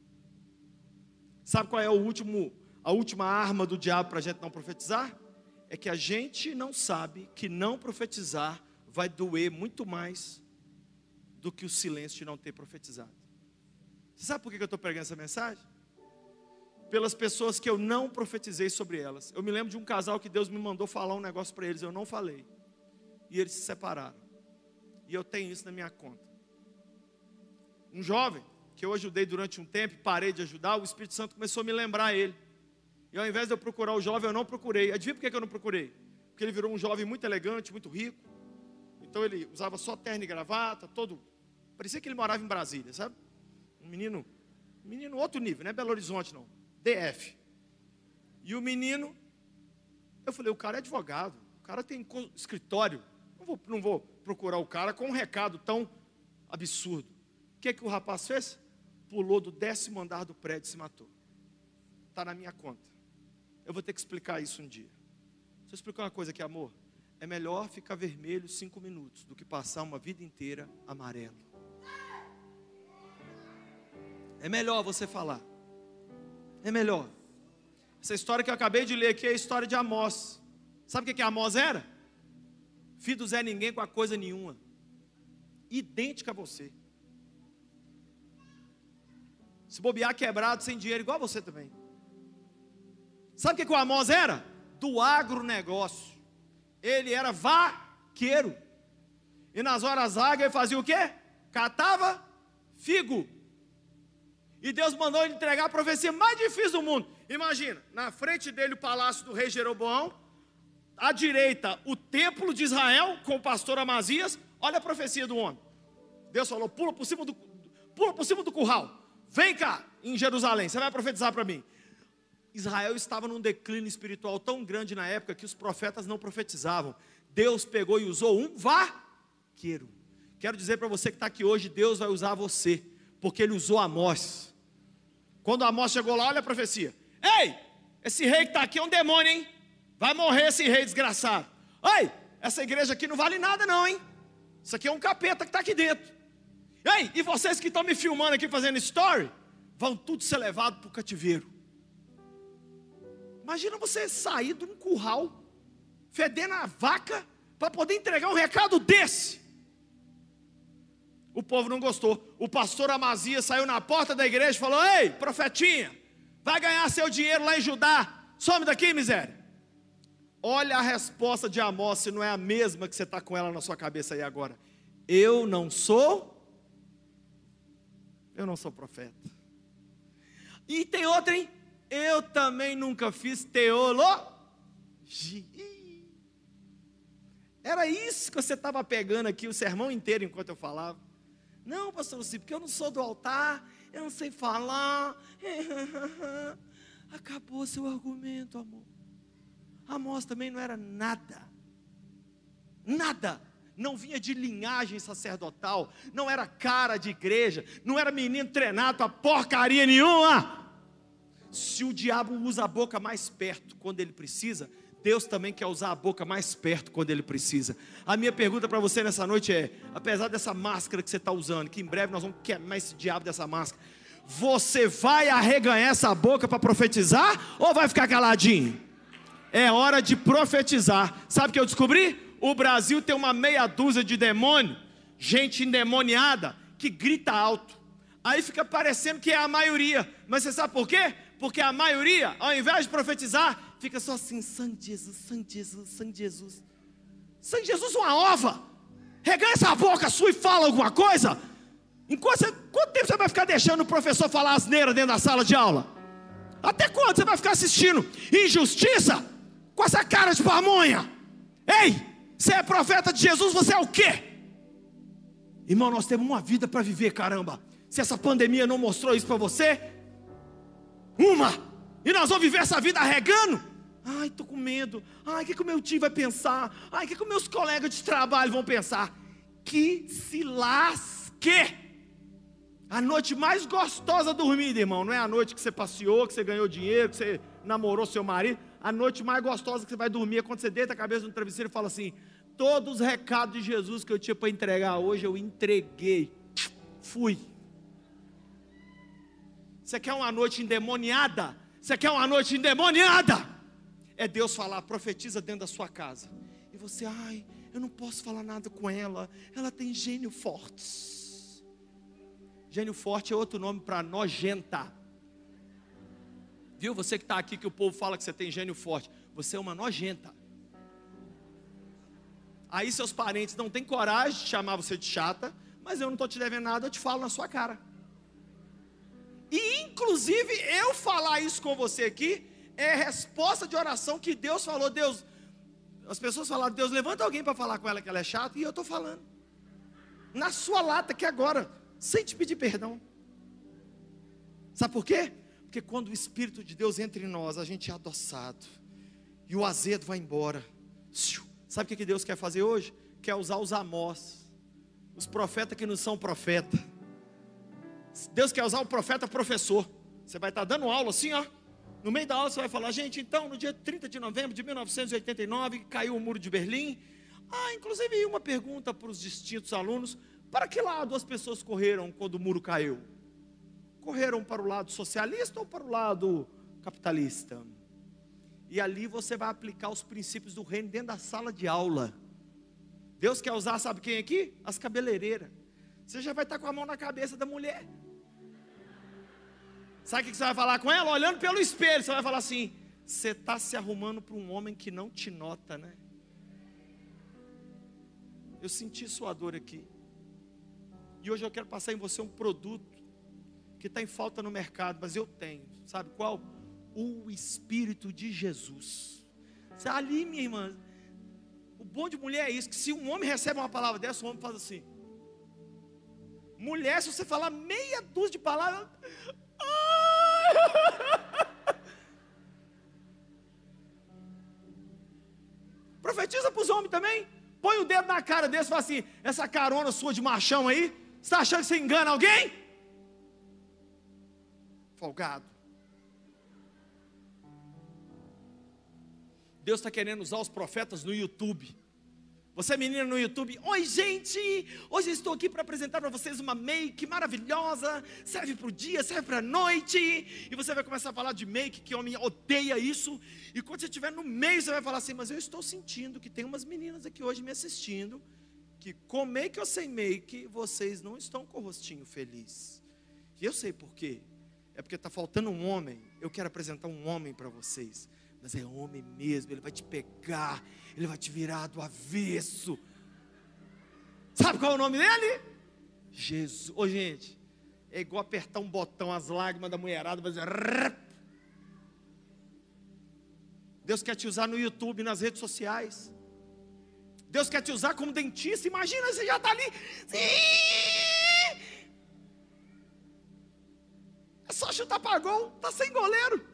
Sabe qual é o último, a última arma do diabo para a gente não profetizar? É que a gente não sabe que não profetizar vai doer muito mais do que o silêncio de não ter profetizado. Você sabe por que eu estou pregando essa mensagem? Pelas pessoas que eu não profetizei sobre elas. Eu me lembro de um casal que Deus me mandou falar um negócio para eles, eu não falei. E eles se separaram. E eu tenho isso na minha conta. Um jovem, que eu ajudei durante um tempo, parei de ajudar, o Espírito Santo começou a me lembrar ele. E ao invés de eu procurar o jovem, eu não procurei. Adivinha por que eu não procurei? Porque ele virou um jovem muito elegante, muito rico. Então ele usava só terno e gravata, todo... Parecia que ele morava em Brasília, sabe? Um menino, um menino outro nível, não é Belo Horizonte não. D F. E o menino, eu falei: o cara é advogado, o cara tem escritório, não vou, não vou procurar o cara com um recado tão absurdo. O que é que o rapaz fez? Pulou do décimo andar do prédio e se matou. Está na minha conta. Eu vou ter que explicar isso um dia. Deixa eu explicar uma coisa aqui, amor. É melhor ficar vermelho cinco minutos do que passar uma vida inteira amarelo. É melhor você falar. É melhor. Essa história que eu acabei de ler aqui é a história de Amós. Sabe o que Amós era? Filho do Zé Ninguém com a coisa nenhuma. Idêntica a você. Se bobear quebrado, sem dinheiro, igual a você também. Sabe o que o Amós era? Do agronegócio. Ele era vaqueiro. E nas horas vagas ele fazia o quê? Catava figo. E Deus mandou ele entregar a profecia mais difícil do mundo. Imagina, na frente dele o palácio do rei Jeroboão, à direita o templo de Israel com o pastor Amazias. Olha a profecia do homem. Deus falou: pula por cima do, pula por cima do curral. Vem cá em Jerusalém, você vai profetizar para mim. Israel estava num declínio espiritual tão grande na época que os profetas não profetizavam. Deus pegou e usou um vaqueiro. Quero dizer para você que está aqui hoje, Deus vai usar você, porque Ele usou Amós. Quando Amós chegou lá, olha a profecia: ei, esse rei que está aqui é um demônio, hein? Vai morrer esse rei desgraçado. Ei, essa igreja aqui não vale nada não, hein? Isso aqui é um capeta que está aqui dentro. Ei, e vocês que estão me filmando aqui fazendo story, vão tudo ser levados para o cativeiro. Imagina você sair de um curral, fedendo a vaca, para poder entregar um recado desse. O povo não gostou. O pastor Amazias saiu na porta da igreja e falou: ei, profetinha, vai ganhar seu dinheiro lá em Judá, some daqui, miséria. Olha a resposta de Amós, se não é a mesma que você está com ela na sua cabeça aí agora. Eu não sou, eu não sou profeta. E tem outra, hein? Eu também nunca fiz teologia. Era isso que você estava pegando aqui o sermão inteiro enquanto eu falava. Não, pastor Luci, porque eu não sou do altar, eu não sei falar. Acabou seu argumento, amor. Amós também não era nada. Nada. Não vinha de linhagem sacerdotal, não era cara de igreja, não era menino treinado para porcaria nenhuma. Se o diabo usa a boca mais perto quando ele precisa, Deus também quer usar a boca mais perto quando Ele precisa. A minha pergunta para você nessa noite é: apesar dessa máscara que você está usando, que em breve nós vamos queimar esse diabo dessa máscara, você vai arreganhar essa boca para profetizar ou vai ficar caladinho? É hora de profetizar. Sabe o que eu descobri? O Brasil tem uma meia dúzia de demônio, gente endemoniada, que grita alto. Aí fica parecendo que é a maioria. Mas você sabe por quê? Porque a maioria, ao invés de profetizar, fica só assim: sangue de Jesus, sangue de Jesus, sangue de Jesus. Sangue de Jesus, uma ova. Reganha essa boca sua e fala alguma coisa. Enquanto você, quanto tempo você vai ficar deixando o professor falar asneira dentro da sala de aula? Até quando você vai ficar assistindo injustiça com essa cara de pamonha? Ei, você é profeta de Jesus, você é o quê? Irmão, nós temos uma vida para viver, caramba. Se essa pandemia não mostrou isso para você, uma, e nós vamos viver essa vida arregando? Ai, estou com medo. Ai, o que, que o meu tio vai pensar? Ai, o que, que os meus colegas de trabalho vão pensar? Que se lasque. A noite mais gostosa dormida, irmão, não é a noite que você passeou, que você ganhou dinheiro, que você namorou seu marido. A noite mais gostosa que você vai dormir é quando você deita a cabeça no travesseiro e fala assim: todos os recados de Jesus que eu tinha para entregar hoje, eu entreguei. Fui. Você quer uma noite endemoniada? Você quer uma noite endemoniada? É Deus falar: profetiza dentro da sua casa. E você: ai, eu não posso falar nada com ela, ela tem gênio forte. Gênio forte é outro nome para nojenta. Viu? Você que está aqui, que o povo fala que você tem gênio forte, você é uma nojenta. Aí seus parentes não têm coragem de chamar você de chata, mas eu não estou te devendo nada, eu te falo na sua cara. E inclusive eu falar isso com você aqui é resposta de oração que Deus falou. Deus, as pessoas falaram: Deus, levanta alguém para falar com ela que ela é chata. E eu estou falando na sua lata aqui agora, sem te pedir perdão. Sabe por quê? Porque quando o Espírito de Deus entra em nós, a gente é adoçado e o azedo vai embora. Sabe o que Deus quer fazer hoje? Quer usar os Amós, os profetas que não são profetas. Deus quer usar o profeta professor. Você vai estar dando aula assim, ó. No meio da aula você vai falar: gente, então no dia trinta de novembro de mil novecentos e oitenta e nove caiu o muro de Berlim. Ah, inclusive uma pergunta para os distintos alunos: para que lado as pessoas correram quando o muro caiu? Correram para o lado socialista ou para o lado capitalista? E ali você vai aplicar os princípios do reino dentro da sala de aula. Deus quer usar, sabe quem aqui? As cabeleireiras. Você já vai estar com a mão na cabeça da mulher. Sabe o que você vai falar com ela? Olhando pelo espelho, você vai falar assim: você está se arrumando para um homem que não te nota, né? Eu senti sua dor aqui. E hoje eu quero passar em você um produto que está em falta no mercado, mas eu tenho. Sabe qual? O Espírito de Jesus. Ali, minha irmã, o bom de mulher é isso, que se um homem recebe uma palavra dessa, o homem faz assim. Mulher, se você falar meia dúzia de palavras, profetiza para os homens também. Põe o dedo na cara deles e fala assim: essa carona sua de machão aí, você está achando que você engana alguém? Folgado. Deus está querendo usar os profetas no YouTube. Você é menina no YouTube: oi gente, hoje eu estou aqui para apresentar para vocês uma make maravilhosa, serve para o dia, serve para a noite. E você vai começar a falar de make, que homem odeia isso. E quando você estiver no meio, você vai falar assim: mas eu estou sentindo que tem umas meninas aqui hoje me assistindo, que com make ou sem make, vocês não estão com o rostinho feliz. E eu sei por quê. É porque está faltando um homem. Eu quero apresentar um homem para vocês. Mas é homem mesmo, ele vai te pegar, ele vai te virar do avesso. Sabe qual é o nome dele? Jesus. Ô gente, é igual apertar um botão, as lágrimas da mulherada vai dizer... Deus quer te usar no YouTube, nas redes sociais. Deus quer te usar como dentista. Imagina, você já está ali. É só chutar para gol, está sem goleiro.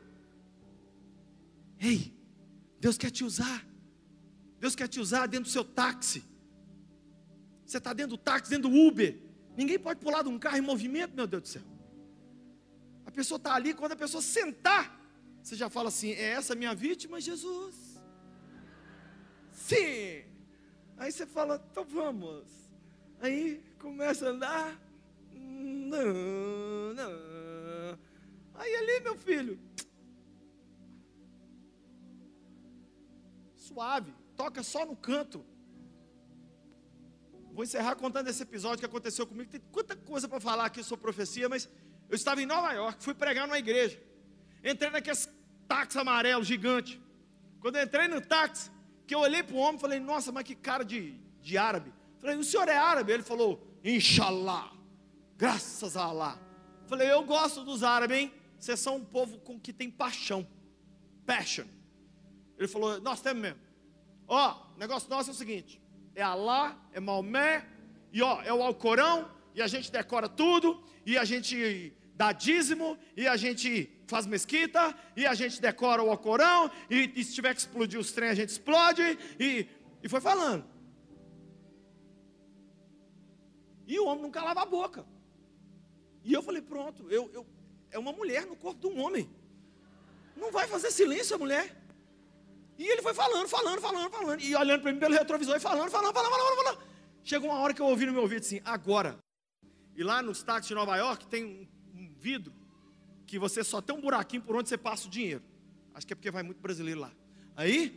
Ei, Deus quer te usar. Deus quer te usar dentro do seu táxi. Você está dentro do táxi, dentro do Uber. Ninguém pode pular de um carro em movimento, meu Deus do céu. A pessoa está ali, quando a pessoa sentar, você já fala assim: é essa a minha vítima, Jesus? Sim. Aí você fala: então vamos. Aí começa a andar. Não, não. Aí ali, meu filho, suave, toca só no canto. Vou encerrar contando esse episódio que aconteceu comigo. Tem quanta coisa para falar aqui sobre profecia, mas eu estava em Nova York, fui pregar numa igreja. Entrei naqueles táxi amarelo gigante. Quando eu entrei no táxi, que eu olhei para o homem, falei: nossa, mas que cara de, de árabe. Falei: o senhor é árabe? Ele falou: Inshallah, graças a Allah. Falei: eu gosto dos árabes, hein? Vocês são um povo com que tem paixão. Passion. Ele falou: nós temos mesmo. Ó, o negócio nosso é o seguinte: é Allah, é Maomé, e ó, é o Alcorão, e a gente decora tudo, e a gente dá dízimo, e a gente faz mesquita, e a gente decora o Alcorão, e, e se tiver que explodir os trens, a gente explode, e, e foi falando. E o homem não calava a boca. E eu falei: pronto, eu, eu, é uma mulher no corpo de um homem. Não vai fazer silêncio a mulher. E ele foi falando, falando, falando, falando. E olhando para mim pelo retrovisor e falando, falando, falando, falando, falando. Chegou uma hora que eu ouvi no meu ouvido assim: agora. E lá nos táxis de Nova York tem um, um vidro que você só tem um buraquinho por onde você passa o dinheiro. Acho que é porque vai muito brasileiro lá. Aí,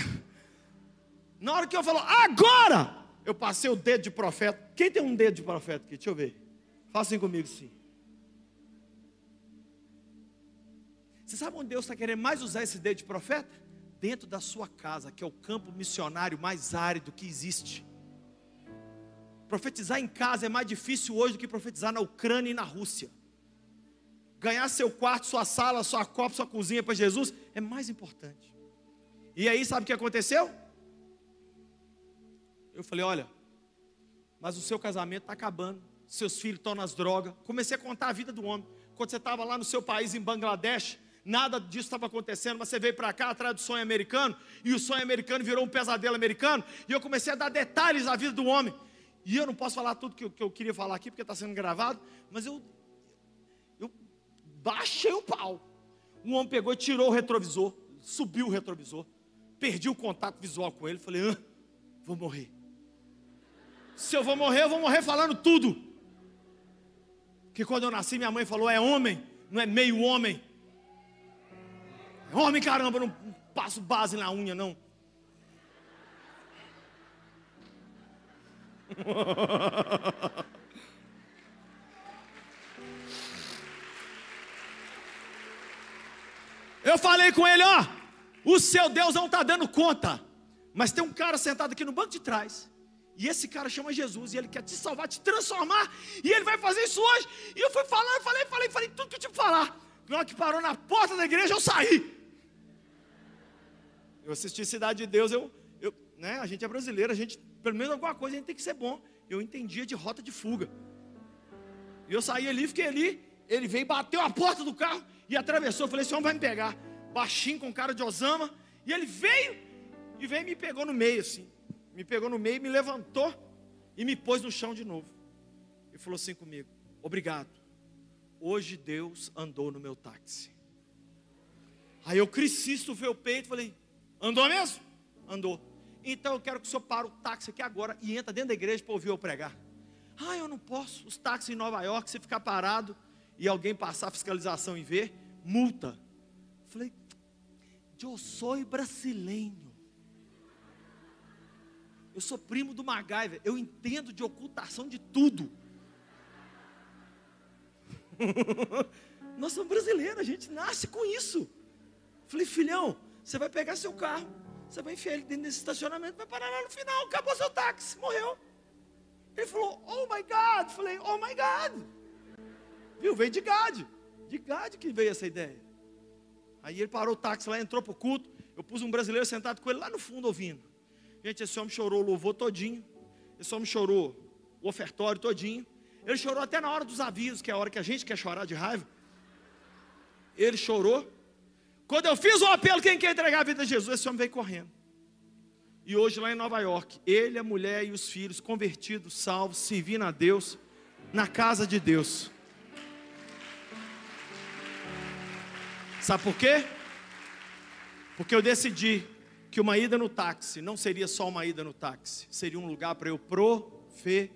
na hora que eu falo agora, eu passei o dedo de profeta. Quem tem um dedo de profeta aqui? Deixa eu ver. Faça assim comigo, sim. Você sabe onde Deus está querendo mais usar esse dedo de profeta? Dentro da sua casa, que é o campo missionário mais árido que existe. Profetizar em casa é mais difícil hoje do que profetizar na Ucrânia e na Rússia. Ganhar seu quarto, sua sala, sua copa, sua cozinha para Jesus é mais importante. E aí, sabe o que aconteceu? Eu falei: olha, mas o seu casamento está acabando, seus filhos estão nas drogas. Comecei a contar a vida do homem. Quando você estava lá no seu país, em Bangladesh, nada disso estava acontecendo, mas você veio para cá atrás do sonho americano, e o sonho americano virou um pesadelo americano, e eu comecei a dar detalhes da vida do homem. E eu não posso falar tudo que eu, que eu queria falar aqui, porque está sendo gravado, mas eu, eu baixei o pau. Um homem pegou e tirou o retrovisor, subiu o retrovisor, perdi o contato visual com ele, falei: ah, vou morrer. Se eu vou morrer, eu vou morrer falando tudo. Que quando eu nasci, minha mãe falou: é homem, não é meio homem. Homem, caramba, eu não passo base na unha, não. Eu falei com ele: ó, o seu Deus não está dando conta. Mas tem um cara sentado aqui no banco de trás, E esse cara chama Jesus, e ele quer te salvar, te transformar, e ele vai fazer isso hoje. E eu fui falando, falei, falei, falei, tudo que eu tinha que falar. Na hora que parou na porta da igreja, eu saí. Eu assisti Cidade de Deus, eu, eu, né, a gente é brasileiro, a gente, pelo menos alguma coisa, a gente tem que ser bom. Eu entendia de rota de fuga. E eu saí ali, fiquei ali, ele veio, bateu a porta do carro e atravessou. Eu falei, esse homem vai me pegar. Baixinho, com cara de Osama. E ele veio, e veio e me pegou no meio, assim. Me pegou no meio, me levantou e me pôs no chão de novo. E falou assim comigo, obrigado. Hoje Deus andou no meu táxi. Aí eu cresci, estufei o peito, falei, andou mesmo? Andou. Então eu quero que o senhor pare o táxi aqui agora e entra dentro da igreja para ouvir eu pregar. Ah, eu não posso. Os táxis em Nova York, se ficar parado e alguém passar a fiscalização e ver, multa. Falei, eu sou brasileiro. Eu sou primo do MacGyver. Eu entendo de ocultação de tudo. Nós somos brasileiros, a gente nasce com isso. Falei, filhão, você vai pegar seu carro, você vai enfiar ele dentro desse estacionamento, vai parar lá no final, acabou seu táxi, morreu. Ele falou, oh my God. Falei, oh my God. Viu, veio de Gad. De Gad que veio essa ideia. Aí ele parou o táxi lá, entrou para o culto. Eu pus um brasileiro sentado com ele lá no fundo ouvindo. Gente, esse homem chorou o louvor todinho. Esse homem chorou o ofertório todinho. Ele chorou até na hora dos avisos, que é a hora que a gente quer chorar de raiva. Ele chorou. Quando eu fiz o apelo, quem quer entregar a vida a Jesus, esse homem veio correndo. E hoje lá em Nova York, ele, a mulher e os filhos convertidos, salvos, servindo a Deus na casa de Deus. Sabe por quê? Porque eu decidi que uma ida no táxi não seria só uma ida no táxi, seria um lugar para eu profetizar.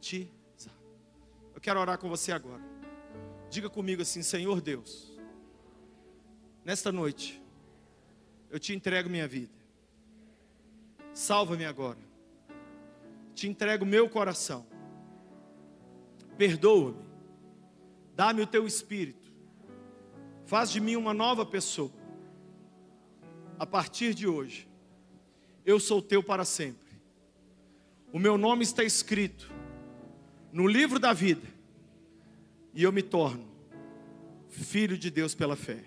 Eu quero orar com você agora. Diga comigo assim, Senhor Deus, nesta noite, eu te entrego minha vida. Salva-me agora. Te entrego meu coração. Perdoa-me. Dá-me o teu espírito. Faz de mim uma nova pessoa. A partir de hoje, eu sou teu para sempre. O meu nome está escrito no livro da vida. E eu me torno filho de Deus pela fé.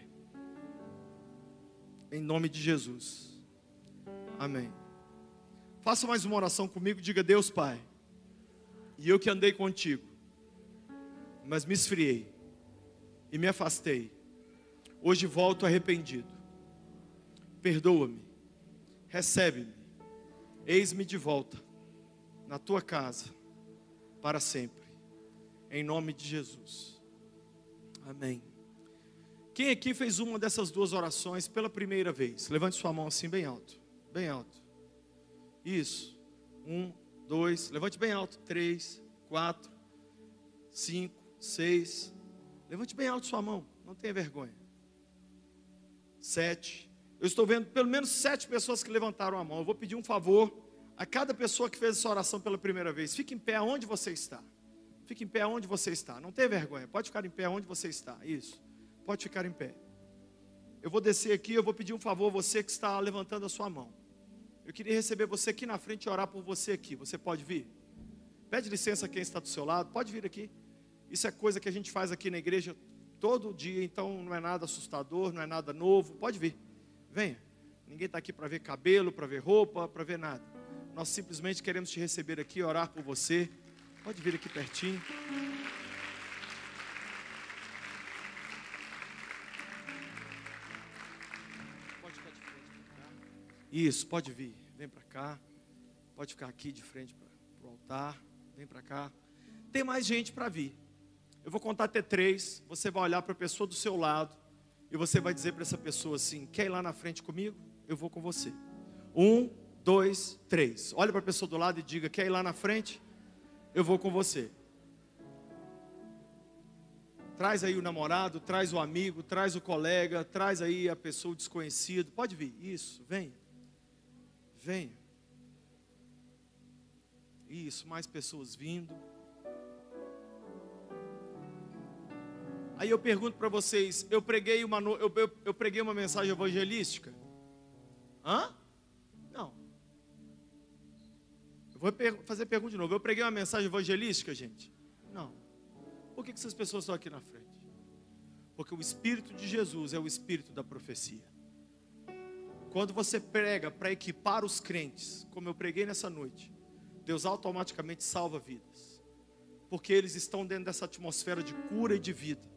Em nome de Jesus. Amém. Faça mais uma oração comigo. Diga, Deus Pai, e eu que andei contigo, mas me esfriei e me afastei, hoje volto arrependido. Perdoa-me, recebe-me, eis-me de volta na tua casa para sempre, em nome de Jesus. Amém. Quem aqui fez uma dessas duas orações pela primeira vez? Levante sua mão assim bem alto, bem alto. Isso, um, dois, levante bem alto, três, quatro, cinco, seis, levante bem alto sua mão, não tenha vergonha. Sete, eu estou vendo pelo menos sete pessoas que levantaram a mão. Eu vou pedir um favor a cada pessoa que fez essa oração pela primeira vez. Fique em pé onde você está. Fique em pé onde você está, não tenha vergonha, pode ficar em pé onde você está, isso, pode ficar em pé. Eu vou descer aqui, eu vou pedir um favor a você que está levantando a sua mão. Eu queria receber você aqui na frente e orar por você aqui. Você pode vir? Pede licença a quem está do seu lado. Pode vir aqui. Isso é coisa que a gente faz aqui na igreja todo dia. Então não é nada assustador, não é nada novo. Pode vir. Venha. Ninguém está aqui para ver cabelo, para ver roupa, para ver nada. Nós simplesmente queremos te receber aqui, orar por você. Pode vir aqui pertinho. Isso, pode vir, vem para cá. Pode ficar aqui de frente para o altar. Vem para cá. Tem mais gente para vir. Eu vou contar até três. Você vai olhar para a pessoa do seu lado e você vai dizer para essa pessoa assim: quer ir lá na frente comigo? Eu vou com você. Um, dois, três. Olha para a pessoa do lado e diga: quer ir lá na frente? Eu vou com você. Traz aí o namorado, traz o amigo, traz o colega, traz aí a pessoa, o desconhecido. Pode vir, isso, venha. Venha. Isso, mais pessoas vindo. Aí eu pergunto para vocês, eu preguei uma, eu, eu, eu preguei uma mensagem evangelística? Hã? Não. Vou per- fazer pergunta de novo. Eu preguei uma mensagem evangelística, gente? Não. Por que que essas pessoas estão aqui na frente? Porque o Espírito de Jesus é o Espírito da profecia. Quando você prega para equipar os crentes, como eu preguei nessa noite, Deus automaticamente salva vidas. Porque eles estão dentro dessa atmosfera de cura e de vida.